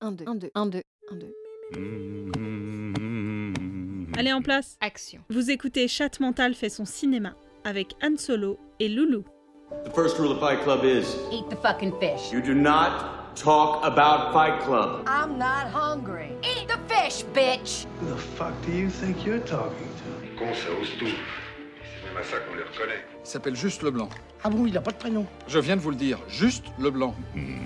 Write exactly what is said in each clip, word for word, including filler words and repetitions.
un, deux, un, deux, un, deux, un, deux. Allez en place. Action. Vous écoutez Chatte Mentale fait son cinéma avec Han Solo et Loulou. The first rule of Fight Club is Eat the fucking fish. you do not talk about Fight Club. I'm not hungry. Eat the fish, bitch! Who the fuck do you think you're talking to? Con, ça ose tout. C'est même à ça qu'on les reconnaît. Il s'appelle juste Leblanc. Ah bon, il a pas de prénom. Je viens de vous le dire, juste Leblanc.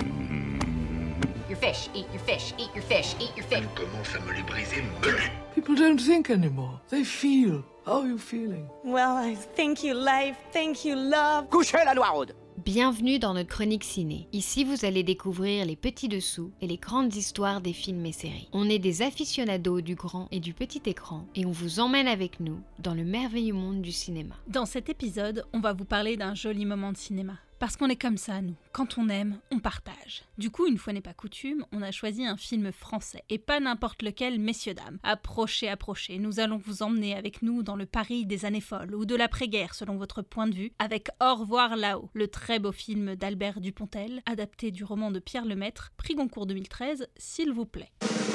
Your fish, eat your fish, eat your fish, eat your fish. Elle commence à me les briser, me People don't think anymore. They feel. How are you feeling? Well, I thank you, life. Thank you, love. Couchez la noiraude. Bienvenue dans notre chronique ciné. Ici, vous allez découvrir les petits dessous et les grandes histoires des films et séries. On est des aficionados du grand et du petit écran et on vous emmène avec nous dans le merveilleux monde du cinéma. Dans cet épisode, on va vous parler d'un joli moment de cinéma. Parce qu'on est comme ça, nous. Quand on aime, on partage. Du coup, une fois n'est pas coutume, on a choisi un film français. Et pas n'importe lequel, messieurs, dames. Approchez, approchez. Nous allons vous emmener avec nous dans le Paris des années folles, ou de l'après-guerre, selon votre point de vue, avec Au revoir là-haut, le très beau film d'Albert Dupontel, adapté du roman de Pierre Lemaitre, prix Goncourt deux mille treize, s'il vous plaît.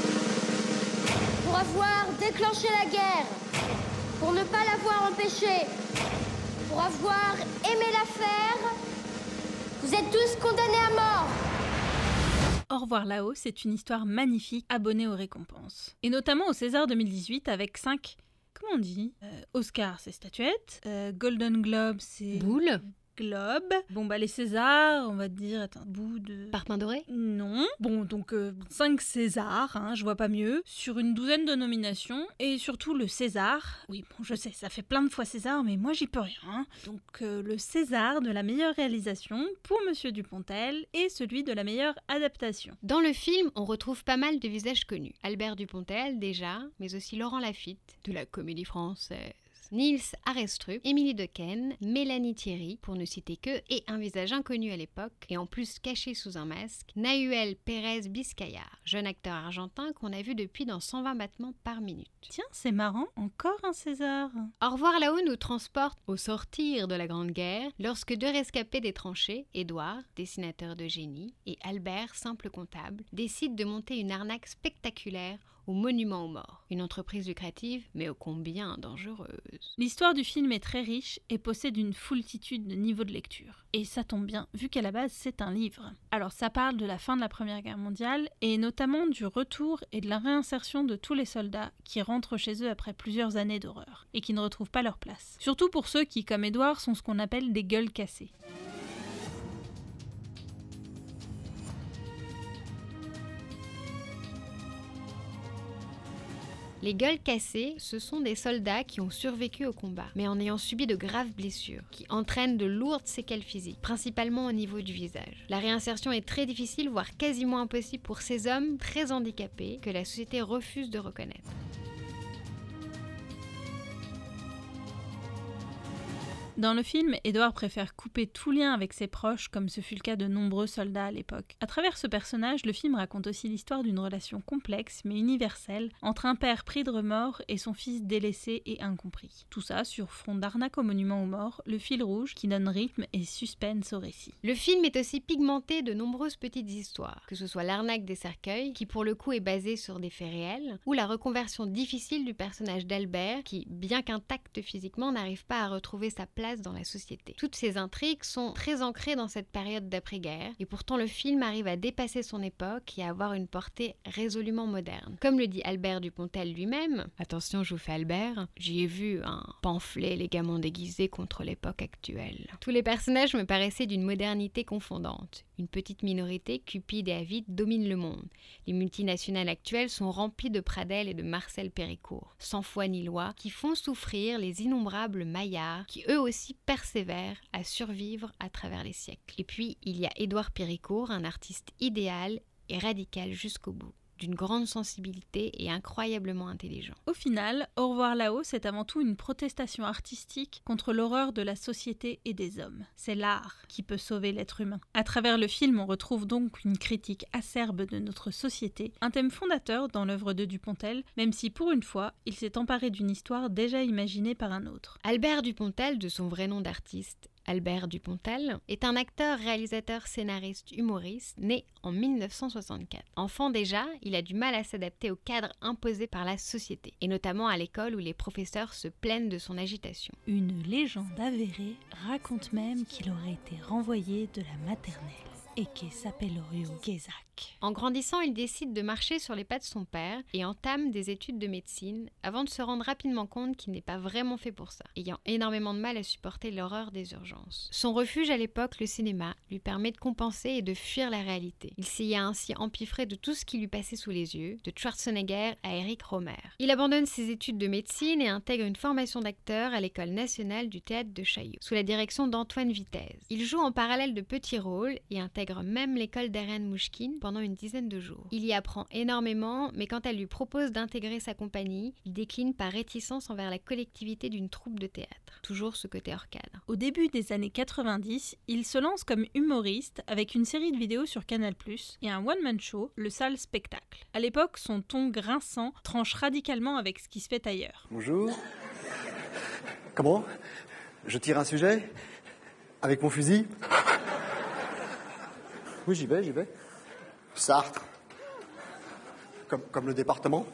Pour avoir déclenché la guerre, pour ne pas l'avoir empêchée, pour avoir aimé la faire, vous êtes tous condamnés à mort. Au revoir là-haut, c'est une histoire magnifique, abonnée aux récompenses. Et notamment au César deux mille dix-huit avec cinq... Comment on dit euh, Oscar, c'est statuette. Euh, Golden Globe, c'est... Boule. Globe. Bon bah les Césars, on va dire, attends, bout de... Parpaing doré. Non. Bon, donc euh, cinq Césars, hein, je vois pas mieux, sur une douzaine de nominations, et surtout le César. Oui, bon, je sais, ça fait plein de fois César, mais moi j'y peux rien. Hein. Donc euh, le César de la meilleure réalisation pour Monsieur Dupontel, et celui de la meilleure adaptation. Dans le film, on retrouve pas mal de visages connus. Albert Dupontel, déjà, mais aussi Laurent Lafitte, de la comédie française. Niels Arestrup, Émilie Dequesne, Mélanie Thierry, pour ne citer que, et un visage inconnu à l'époque, et en plus caché sous un masque, Nahuel Pérez Biscayar, jeune acteur argentin qu'on a vu depuis dans cent vingt battements par minute. Tiens, c'est marrant, encore un César. Au revoir là-haut nous transporte au sortir de la Grande Guerre, lorsque deux rescapés des tranchées, Édouard, dessinateur de génie, et Albert, simple comptable, décident de monter une arnaque spectaculaire au Monument aux Morts. Une entreprise lucrative, mais ô combien dangereuse. L'histoire du film est très riche et possède une foultitude de niveaux de lecture. Et ça tombe bien, vu qu'à la base c'est un livre. Alors ça parle de la fin de la Première Guerre mondiale, et notamment du retour et de la réinsertion de tous les soldats qui rentrent chez eux après plusieurs années d'horreur, et qui ne retrouvent pas leur place. Surtout pour ceux qui, comme Édouard, sont ce qu'on appelle des gueules cassées. Les gueules cassées, ce sont des soldats qui ont survécu au combat, mais en ayant subi de graves blessures, qui entraînent de lourdes séquelles physiques, principalement au niveau du visage. La réinsertion est très difficile, voire quasiment impossible pour ces hommes très handicapés que la société refuse de reconnaître. Dans le film, Édouard préfère couper tout lien avec ses proches, comme ce fut le cas de nombreux soldats à l'époque. À travers ce personnage, le film raconte aussi l'histoire d'une relation complexe mais universelle entre un père pris de remords et son fils délaissé et incompris. Tout ça sur fond d'arnaque au Monument aux Morts, le fil rouge qui donne rythme et suspense au récit. Le film est aussi pigmenté de nombreuses petites histoires, que ce soit l'arnaque des cercueils, qui pour le coup est basée sur des faits réels, ou la reconversion difficile du personnage d'Albert, qui, bien qu'intact physiquement, n'arrive pas à retrouver sa place dans la société. Toutes ces intrigues sont très ancrées dans cette période d'après-guerre, et pourtant le film arrive à dépasser son époque et à avoir une portée résolument moderne. Comme le dit Albert Dupontel lui-même, attention je vous fais Albert, j'y ai vu un pamphlet élégamment déguisé contre l'époque actuelle. Tous les personnages me paraissaient d'une modernité confondante. Une petite minorité, cupide et avide, domine le monde. Les multinationales actuelles sont remplies de Pradel et de Marcel Péricourt, sans foi ni loi, qui font souffrir les innombrables maillards, qui eux aussi persévèrent à survivre à travers les siècles. Et puis, il y a Édouard Péricourt, un artiste idéal et radical jusqu'au bout, d'une grande sensibilité et incroyablement intelligent. Au final, Au revoir là-haut, c'est avant tout une protestation artistique contre l'horreur de la société et des hommes. C'est l'art qui peut sauver l'être humain. À travers le film, on retrouve donc une critique acerbe de notre société, un thème fondateur dans l'œuvre de Dupontel, même si pour une fois, il s'est emparé d'une histoire déjà imaginée par un autre. Albert Dupontel, de son vrai nom d'artiste, Albert Dupontel, est un acteur, réalisateur, scénariste, humoriste, né en mille neuf cent soixante-quatre. Enfant déjà, il a du mal à s'adapter au cadre imposé par la société, et notamment à l'école où les professeurs se plaignent de son agitation. Une légende avérée raconte même qu'il aurait été renvoyé de la maternelle et qu'il s'appellerait Gezac. En grandissant, il décide de marcher sur les pas de son père et entame des études de médecine avant de se rendre rapidement compte qu'il n'est pas vraiment fait pour ça, ayant énormément de mal à supporter l'horreur des urgences. Son refuge à l'époque, le cinéma, lui permet de compenser et de fuir la réalité. Il s'y est ainsi empiffré de tout ce qui lui passait sous les yeux, de Schwarzenegger à Eric Romer. Il abandonne ses études de médecine et intègre une formation d'acteur à l'École nationale du théâtre de Chaillot, sous la direction d'Antoine Vitesse. Il joue en parallèle de petits rôles et intègre même l'école d'Ariane Mouchkine pendant une dizaine de jours. Il y apprend énormément, mais quand elle lui propose d'intégrer sa compagnie, il décline par réticence envers la collectivité d'une troupe de théâtre. Toujours ce côté hors cadre. Au début des années quatre-vingt-dix, il se lance comme humoriste avec une série de vidéos sur Canal plus, et un one-man show, Le Sale Spectacle. À l'époque, son ton grinçant tranche radicalement avec ce qui se fait ailleurs. Bonjour. Comment ? Je tire un sujet ? Avec mon fusil ? Oui, j'y vais, j'y vais. Sartre. Comme, comme le département.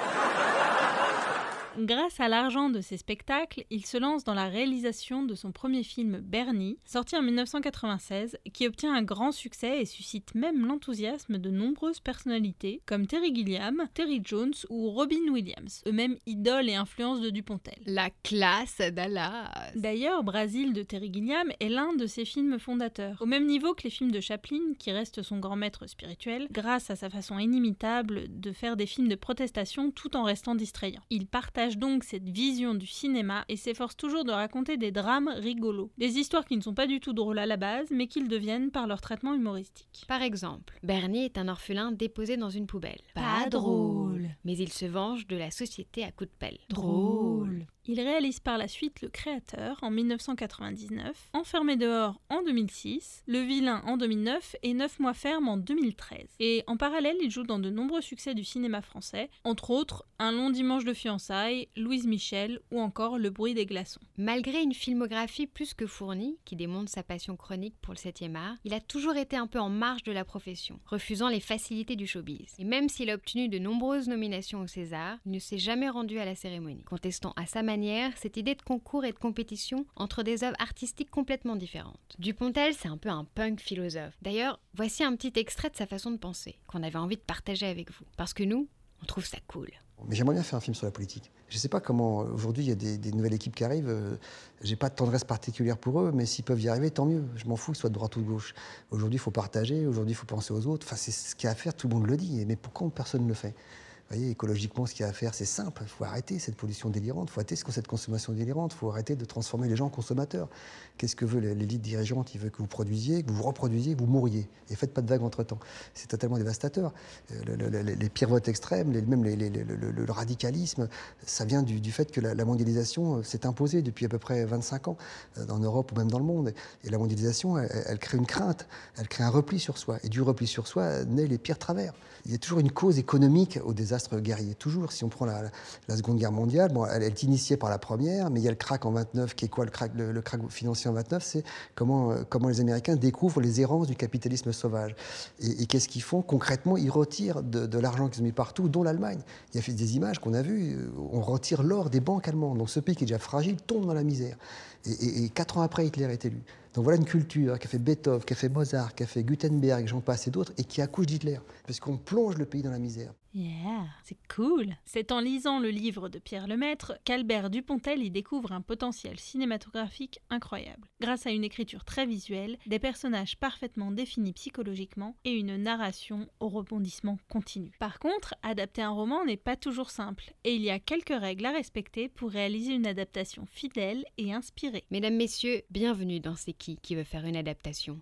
Grâce à l'argent de ses spectacles, il se lance dans la réalisation de son premier film Bernie, sorti en mille neuf cent quatre-vingt-seize, qui obtient un grand succès et suscite même l'enthousiasme de nombreuses personnalités comme Terry Gilliam, Terry Jones ou Robin Williams, eux-mêmes idoles et influences de Dupontel. La classe Dallas. D'ailleurs, Brasil de Terry Gilliam est l'un de ses films fondateurs, au même niveau que les films de Chaplin, qui reste son grand maître spirituel, grâce à sa façon inimitable de faire des films de protestation tout en restant distrayant. Il partage donc cette vision du cinéma et s'efforce toujours de raconter des drames rigolos. Des histoires qui ne sont pas du tout drôles à la base, mais qu'ils deviennent par leur traitement humoristique. Par exemple, Bernie est un orphelin déposé dans une poubelle. Pas drôle. Mais il se venge de la société à coups de pelle. Drôle. Il réalise par la suite Le Créateur en mille neuf cent quatre-vingt-dix-neuf, Enfermé dehors en deux mille six, Le Vilain en deux mille neuf et Neuf mois ferme en deux mille treize. Et en parallèle, il joue dans de nombreux succès du cinéma français, entre autres Un long dimanche de fiançailles, Louise Michel ou encore Le bruit des glaçons. Malgré une filmographie plus que fournie, qui démontre sa passion chronique pour le septième art, il a toujours été un peu en marge de la profession, refusant les facilités du showbiz. Et même s'il a obtenu de nombreuses nominations au César, il ne s'est jamais rendu à la cérémonie, contestant à sa manière cette idée de concours et de compétition entre des œuvres artistiques complètement différentes. Dupontel, c'est un peu un punk philosophe. D'ailleurs, voici un petit extrait de sa façon de penser, qu'on avait envie de partager avec vous. Parce que nous, on trouve ça cool. Mais j'aimerais bien faire un film sur la politique. Je ne sais pas comment, aujourd'hui, il y a des, des nouvelles équipes qui arrivent. Euh, j'ai pas de tendresse particulière pour eux, mais s'ils peuvent y arriver, tant mieux. Je m'en fous qu'ils soient de droite ou de gauche. Aujourd'hui, il faut partager, aujourd'hui, il faut penser aux autres. Enfin, c'est ce qu'il y a à faire, tout le monde le dit. Mais pourquoi personne ne le fait ? Vous voyez, écologiquement, ce qu'il y a à faire, c'est simple. Il faut arrêter cette pollution délirante, il faut arrêter cette consommation délirante, il faut arrêter de transformer les gens en consommateurs. Qu'est-ce que veut l'élite dirigeante ? Il veut que vous produisiez, que vous vous reproduisiez, que vous mouriez. Et faites pas de vagues entre-temps. C'est totalement dévastateur. Le, le, le, les pires votes extrêmes, les, même les, les, le, le, le radicalisme, ça vient du, du fait que la, la mondialisation s'est imposée depuis à peu près vingt-cinq ans, en Europe ou même dans le monde. Et la mondialisation, elle, elle crée une crainte, elle crée un repli sur soi. Et du repli sur soi naît les pires travers. Il y a toujours une cause économique au désastre guerrier. Toujours, si on prend la, la, la Seconde Guerre mondiale, bon, elle, elle est initiée par la Première, mais il y a le krach en vingt-neuf, qui est quoi le krach, le, le krach financier en vingt-neuf ? C'est comment, euh, comment les Américains découvrent les errances du capitalisme sauvage. Et, et qu'est-ce qu'ils font ? Concrètement, ils retirent de, de l'argent qu'ils ont mis partout, dont l'Allemagne. Il y a des images qu'on a vues, on retire l'or des banques allemandes. Donc ce pays qui est déjà fragile tombe dans la misère. Et, et, et quatre ans après, Hitler est élu. Donc voilà une culture qui a fait Beethoven, qui a fait Mozart, qui a fait Gutenberg, j'en passe et d'autres, et qui accouche d'Hitler. Parce qu'on plonge le pays dans la misère. Yeah, c'est cool. C'est en lisant le livre de Pierre Lemaître qu'Albert Dupontel y découvre un potentiel cinématographique incroyable. Grâce à une écriture très visuelle, des personnages parfaitement définis psychologiquement et une narration au rebondissement continu. Par contre, adapter un roman n'est pas toujours simple, et il y a quelques règles à respecter pour réaliser une adaptation fidèle et inspirée. Mesdames, messieurs, bienvenue dans C'est qui qui veut faire une adaptation.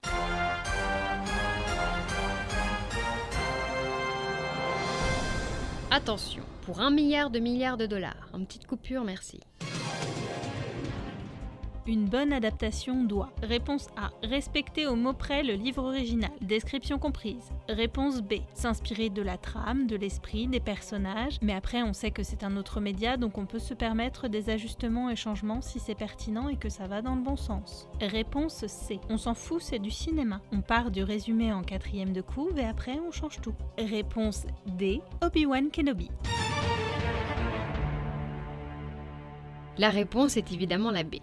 Attention, pour un milliard de milliards de dollars. Une petite coupure, merci. Une bonne adaptation doit. Réponse A. Respecter au mot près le livre original, description comprise. Réponse B. S'inspirer de la trame, de l'esprit, des personnages, mais après on sait que c'est un autre média donc on peut se permettre des ajustements et changements si c'est pertinent et que ça va dans le bon sens. Réponse C. On s'en fout, c'est du cinéma. On part du résumé en quatrième de couve et après on change tout. Réponse D. Obi-Wan Kenobi. La réponse est évidemment la B.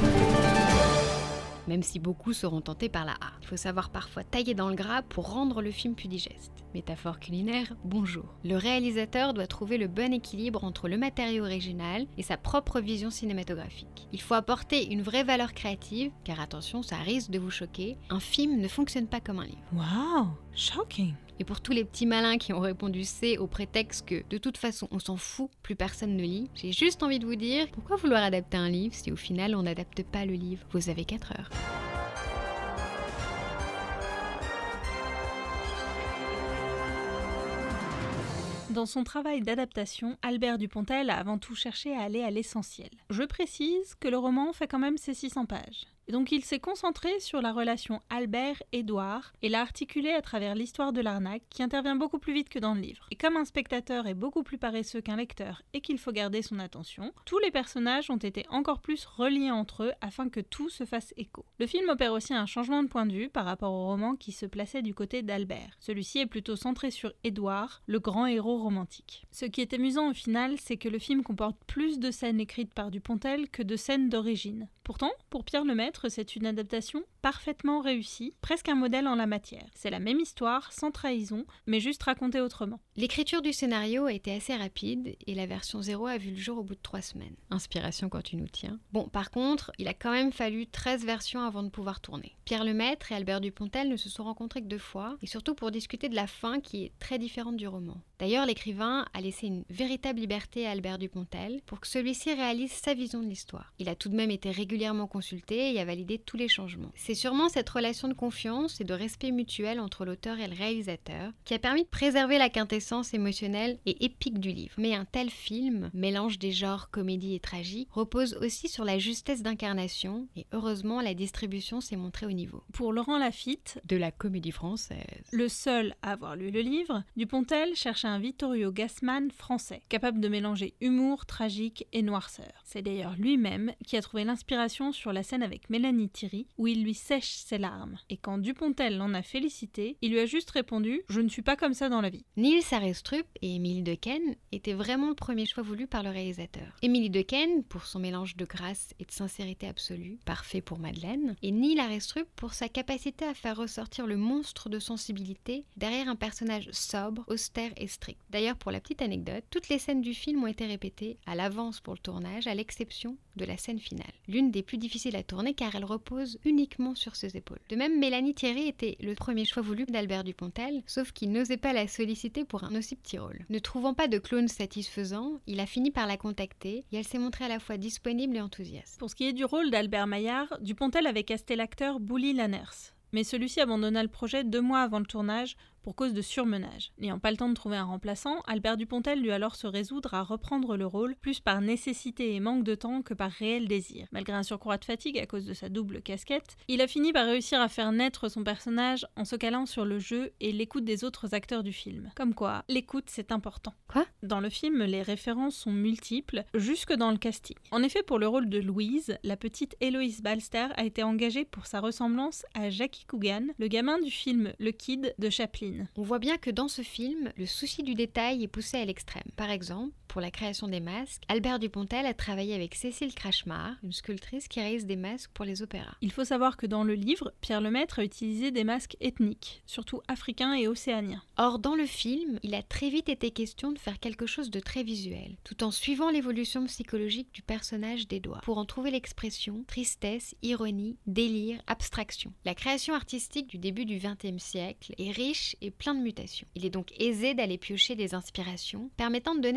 Même si beaucoup seront tentés par la A. Il faut savoir parfois tailler dans le gras pour rendre le film plus digeste. Métaphore culinaire, bonjour. Le réalisateur doit trouver le bon équilibre entre le matériau original et sa propre vision cinématographique. Il faut apporter une vraie valeur créative, car attention, ça risque de vous choquer, un film ne fonctionne pas comme un livre. Wow, shocking. Et pour tous les petits malins qui ont répondu C au prétexte que de toute façon on s'en fout, plus personne ne lit, j'ai juste envie de vous dire, pourquoi vouloir adapter un livre si au final on n'adapte pas le livre? Vous avez quatre heures. Dans son travail d'adaptation, Albert Dupontel a avant tout cherché à aller à l'essentiel. Je précise que le roman fait quand même ses six cents pages. Et donc il s'est concentré sur la relation Albert-Édouard et l'a articulée à travers l'histoire de l'arnaque qui intervient beaucoup plus vite que dans le livre. Et comme un spectateur est beaucoup plus paresseux qu'un lecteur et qu'il faut garder son attention, tous les personnages ont été encore plus reliés entre eux afin que tout se fasse écho. Le film opère aussi un changement de point de vue par rapport au roman qui se plaçait du côté d'Albert. Celui-ci est plutôt centré sur Édouard, le grand héros romantique. Ce qui est amusant au final, c'est que le film comporte plus de scènes écrites par Dupontel que de scènes d'origine. Pourtant, pour Pierre Lemaitre, c'est une adaptation parfaitement réussie, presque un modèle en la matière. C'est la même histoire, sans trahison, mais juste racontée autrement. L'écriture du scénario a été assez rapide et la version zéro a vu le jour au bout de trois semaines. Inspiration quand tu nous tiens. Bon, par contre, il a quand même fallu treize versions avant de pouvoir tourner. Pierre Lemaitre et Albert Dupontel ne se sont rencontrés que deux fois, et surtout pour discuter de la fin qui est très différente du roman. D'ailleurs, l'écrivain a laissé une véritable liberté à Albert Dupontel pour que celui-ci réalise sa vision de l'histoire. Il a tout de même été régulièrement consulté et a validé tous les changements. C'est sûrement cette relation de confiance et de respect mutuel entre l'auteur et le réalisateur qui a permis de préserver la quintessence émotionnelle et épique du livre. Mais un tel film, mélange des genres comédie et tragique, repose aussi sur la justesse d'incarnation et heureusement la distribution s'est montrée au niveau. Pour Laurent Lafitte, de la comédie française, le seul à avoir lu le livre, Dupontel cherche un Vittorio Gassman français, capable de mélanger humour, tragique et noirceur. C'est d'ailleurs lui-même qui a trouvé l'inspiration sur la scène avec Mélanie Thierry, où il lui sèche ses larmes. Et quand Dupontel l'en a félicité, il lui a juste répondu « Je ne suis pas comme ça dans la vie ». Niels Arestrup et Émilie Dequesne étaient vraiment le premier choix voulu par le réalisateur. Émilie Dequesne pour son mélange de grâce et de sincérité absolue, parfait pour Madeleine, et Niels Arestrup pour sa capacité à faire ressortir le monstre de sensibilité derrière un personnage sobre, austère et strict. D'ailleurs, pour la petite anecdote, toutes les scènes du film ont été répétées à l'avance pour le tournage, à l'exception de la scène finale. L'une des plus difficiles à tourner car elle repose uniquement sur ses épaules. De même, Mélanie Thierry était le premier choix voulu d'Albert Dupontel, sauf qu'il n'osait pas la solliciter pour un aussi petit rôle. Ne trouvant pas de clone satisfaisant, il a fini par la contacter et elle s'est montrée à la fois disponible et enthousiaste. Pour ce qui est du rôle d'Albert Maillard, Dupontel avait casté l'acteur Bouli Lanners. Mais celui-ci abandonna le projet deux mois avant le tournage pour cause de surmenage. N'ayant pas le temps de trouver un remplaçant, Albert Dupontel dut alors se résoudre à reprendre le rôle, plus par nécessité et manque de temps que par réel désir. Malgré un surcroît de fatigue à cause de sa double casquette, il a fini par réussir à faire naître son personnage en se calant sur le jeu et l'écoute des autres acteurs du film. Comme quoi, l'écoute c'est important. Quoi ? Dans le film, les références sont multiples, jusque dans le casting. En effet, pour le rôle de Louise, la petite Héloïse Balster a été engagée pour sa ressemblance à Jackie Coogan, le gamin du film Le Kid de Chaplin. On voit bien que dans ce film, le souci du détail est poussé à l'extrême. Par exemple, pour la création des masques, Albert Dupontel a travaillé avec Cécile Krachmar, une sculptrice qui réalise des masques pour les opéras. Il faut savoir que dans le livre, Pierre Lemaitre a utilisé des masques ethniques, surtout africains et océaniens. Or, dans le film, il a très vite été question de faire quelque chose de très visuel, tout en suivant l'évolution psychologique du personnage d'Édouard, pour en trouver l'expression tristesse, ironie, délire, abstraction. La création artistique du début du vingtième siècle est riche et plein de mutations. Il est donc aisé d'aller piocher des inspirations, permettant de donner un visage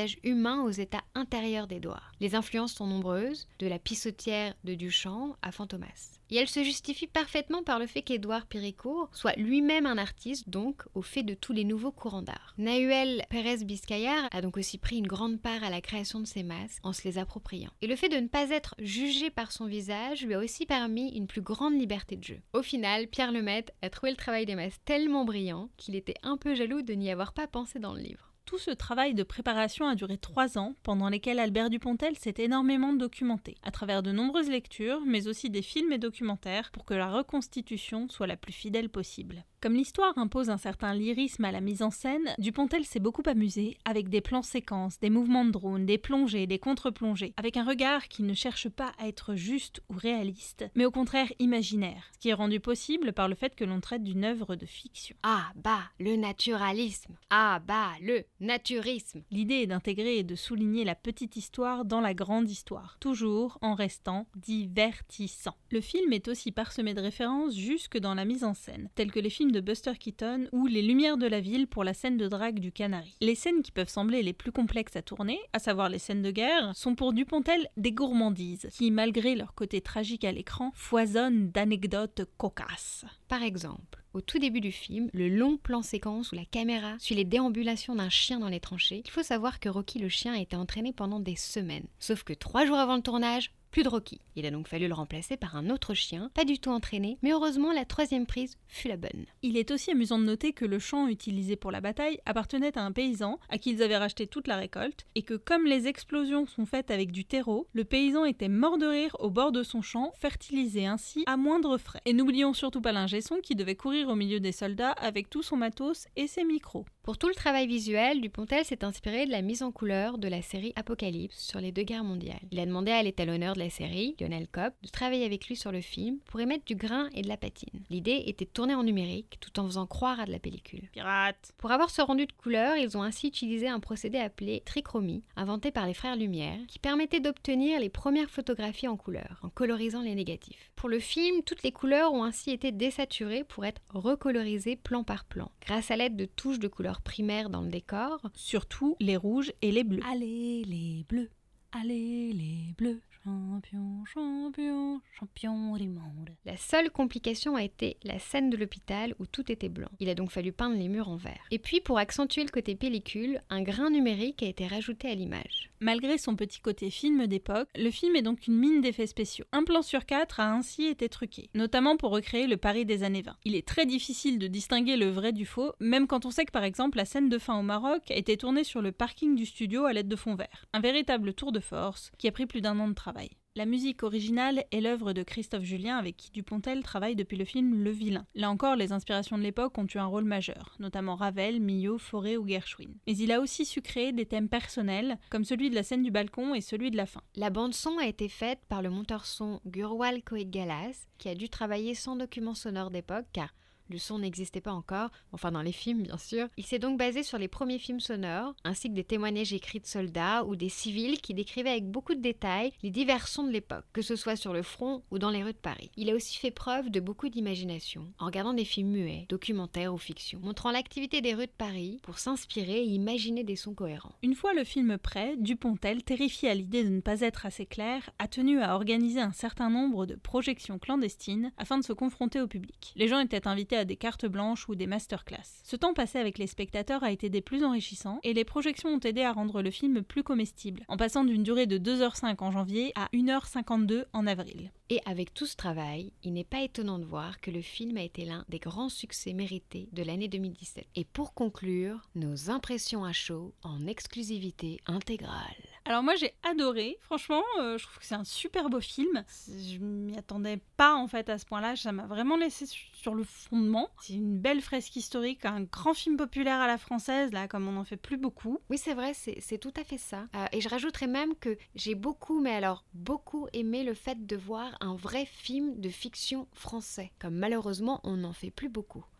passage humain aux états intérieurs d'Édouard. Les influences sont nombreuses, de la pissotière de Duchamp à Fantomas. Et elle se justifie parfaitement par le fait qu'Édouard Péricourt soit lui-même un artiste, donc au fait de tous les nouveaux courants d'art. Nahuel Pérez Biscayar a donc aussi pris une grande part à la création de ces masques en se les appropriant. Et le fait de ne pas être jugé par son visage lui a aussi permis une plus grande liberté de jeu. Au final, Pierre Lemaitre a trouvé le travail des masques tellement brillant qu'il était un peu jaloux de n'y avoir pas pensé dans le livre. Tout ce travail de préparation a duré trois ans, pendant lesquels Albert Dupontel s'est énormément documenté, à travers de nombreuses lectures, mais aussi des films et documentaires, pour que la reconstitution soit la plus fidèle possible. Comme l'histoire impose un certain lyrisme à la mise en scène, Dupontel s'est beaucoup amusé avec des plans séquences, des mouvements de drone, des plongées, des contre-plongées, avec un regard qui ne cherche pas à être juste ou réaliste, mais au contraire imaginaire, ce qui est rendu possible par le fait que l'on traite d'une œuvre de fiction. Ah bah, le naturalisme. Ah bah, le naturisme. L'idée est d'intégrer et de souligner la petite histoire dans la grande histoire, toujours en restant divertissant. Le film est aussi parsemé de références jusque dans la mise en scène, telles que les films de Buster Keaton ou Les Lumières de la ville pour la scène de drague du Canari. Les scènes qui peuvent sembler les plus complexes à tourner, à savoir les scènes de guerre, sont pour Dupontel des gourmandises, qui, malgré leur côté tragique à l'écran, foisonnent d'anecdotes cocasses. Par exemple, au tout début du film, le long plan séquence où la caméra suit les déambulations d'un chien dans les tranchées, il faut savoir que Rocky le chien a été entraîné pendant des semaines. Sauf que trois jours avant le tournage, plus de Rocky. Il a donc fallu le remplacer par un autre chien, pas du tout entraîné, mais heureusement la troisième prise fut la bonne. Il est aussi amusant de noter que le champ utilisé pour la bataille appartenait à un paysan à qui ils avaient racheté toute la récolte, et que comme les explosions sont faites avec du terreau, le paysan était mort de rire au bord de son champ, fertilisé ainsi à moindre frais. Et n'oublions surtout pas l'ingé son qui devait courir au milieu des soldats avec tout son matos et ses micros. Pour tout le travail visuel, Dupontel s'est inspiré de la mise en couleur de la série Apocalypse sur les deux guerres mondiales. Il a demandé à l'étalonneur de la série, Lionel Cobb, de travailler avec lui sur le film pour y mettre du grain et de la patine. L'idée était de tourner en numérique tout en faisant croire à de la pellicule. Pirate. Pour avoir ce rendu de couleur, ils ont ainsi utilisé un procédé appelé trichromie, inventé par les frères Lumière, qui permettait d'obtenir les premières photographies en couleur, en colorisant les négatifs. Pour le film, toutes les couleurs ont ainsi été désaturées pour être recolorisées plan par plan, grâce à l'aide de touches de couleurs primaires dans le décor, surtout les rouges et les bleus. Allez les bleus, allez les bleus. Champion, champion, champion du monde. La seule complication a été la scène de l'hôpital où tout était blanc. Il a donc fallu peindre les murs en vert. Et puis, pour accentuer le côté pellicule, un grain numérique a été rajouté à l'image. Malgré son petit côté film d'époque, le film est donc une mine d'effets spéciaux. Un plan sur quatre a ainsi été truqué, notamment pour recréer le Paris des années vingt. Il est très difficile de distinguer le vrai du faux, même quand on sait que par exemple la scène de fin au Maroc a été tournée sur le parking du studio à l'aide de fond vert. Un véritable tour de force qui a pris plus d'un an de travail. La musique originale est l'œuvre de Christophe Julien avec qui Dupontel travaille depuis le film Le Vilain. Là encore, les inspirations de l'époque ont eu un rôle majeur, notamment Ravel, Milhaud, Fauré ou Gershwin. Mais il a aussi su créer des thèmes personnels, comme celui de la scène du balcon et celui de la fin. La bande-son a été faite par le monteur son Gurwal Coed-Galas, qui a dû travailler sans document sonore d'époque, car le son n'existait pas encore, enfin dans les films bien sûr. Il s'est donc basé sur les premiers films sonores, ainsi que des témoignages écrits de soldats ou des civils qui décrivaient avec beaucoup de détails les divers sons de l'époque, que ce soit sur le front ou dans les rues de Paris. Il a aussi fait preuve de beaucoup d'imagination, en regardant des films muets, documentaires ou fiction, montrant l'activité des rues de Paris pour s'inspirer et imaginer des sons cohérents. Une fois le film prêt, Dupontel, terrifié à l'idée de ne pas être assez clair, a tenu à organiser un certain nombre de projections clandestines afin de se confronter au public. Les gens étaient invités à des cartes blanches ou des masterclass. Ce temps passé avec les spectateurs a été des plus enrichissants et les projections ont aidé à rendre le film plus comestible, en passant d'une durée de deux heures cinq en janvier à une heure cinquante-deux en avril. Et avec tout ce travail, il n'est pas étonnant de voir que le film a été l'un des grands succès mérités de l'année deux mille dix-sept. Et pour conclure, nos impressions à chaud en exclusivité intégrale. Alors moi j'ai adoré, franchement, euh, je trouve que c'est un super beau film. Je m'y attendais pas en fait à ce point-là, ça m'a vraiment laissé sur le fondement. C'est une belle fresque historique, un grand film populaire à la française, là, comme on n'en fait plus beaucoup. Oui c'est vrai, c'est, c'est tout à fait ça. Euh, et je rajouterais même que j'ai beaucoup, mais alors beaucoup aimé le fait de voir un vrai film de fiction français, comme malheureusement on n'en fait plus beaucoup.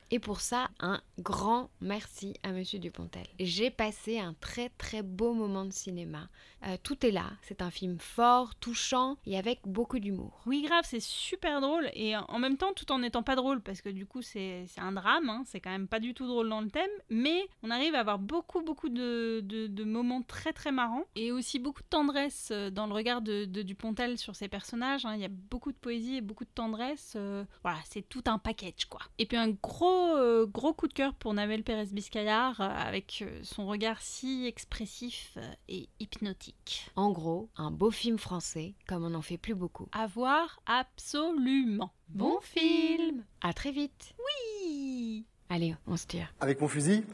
Et pour ça, un grand merci à Monsieur Dupontel. J'ai passé un très très beau moment de cinéma. Euh, tout est là, c'est un film fort, touchant et avec beaucoup d'humour. Oui, grave, c'est super drôle et en même temps tout en n'étant pas drôle parce que du coup c'est, c'est un drame, hein, c'est quand même pas du tout drôle dans le thème, mais on arrive à avoir beaucoup beaucoup de, de, de moments très très marrants et aussi beaucoup de tendresse dans le regard de, de Dupontel sur ses personnages, hein. Il y a beaucoup de poésie et beaucoup de tendresse, euh, voilà, c'est tout un package quoi. Et puis un gros euh, gros coup de cœur pour Navel Pérez-Biscayar euh, avec euh, son regard si expressif euh, et hypnotique. En gros, un beau film français comme on n'en fait plus beaucoup. À voir absolument. Bon film. À très vite. Oui. Allez, on se tire. Avec mon fusil ?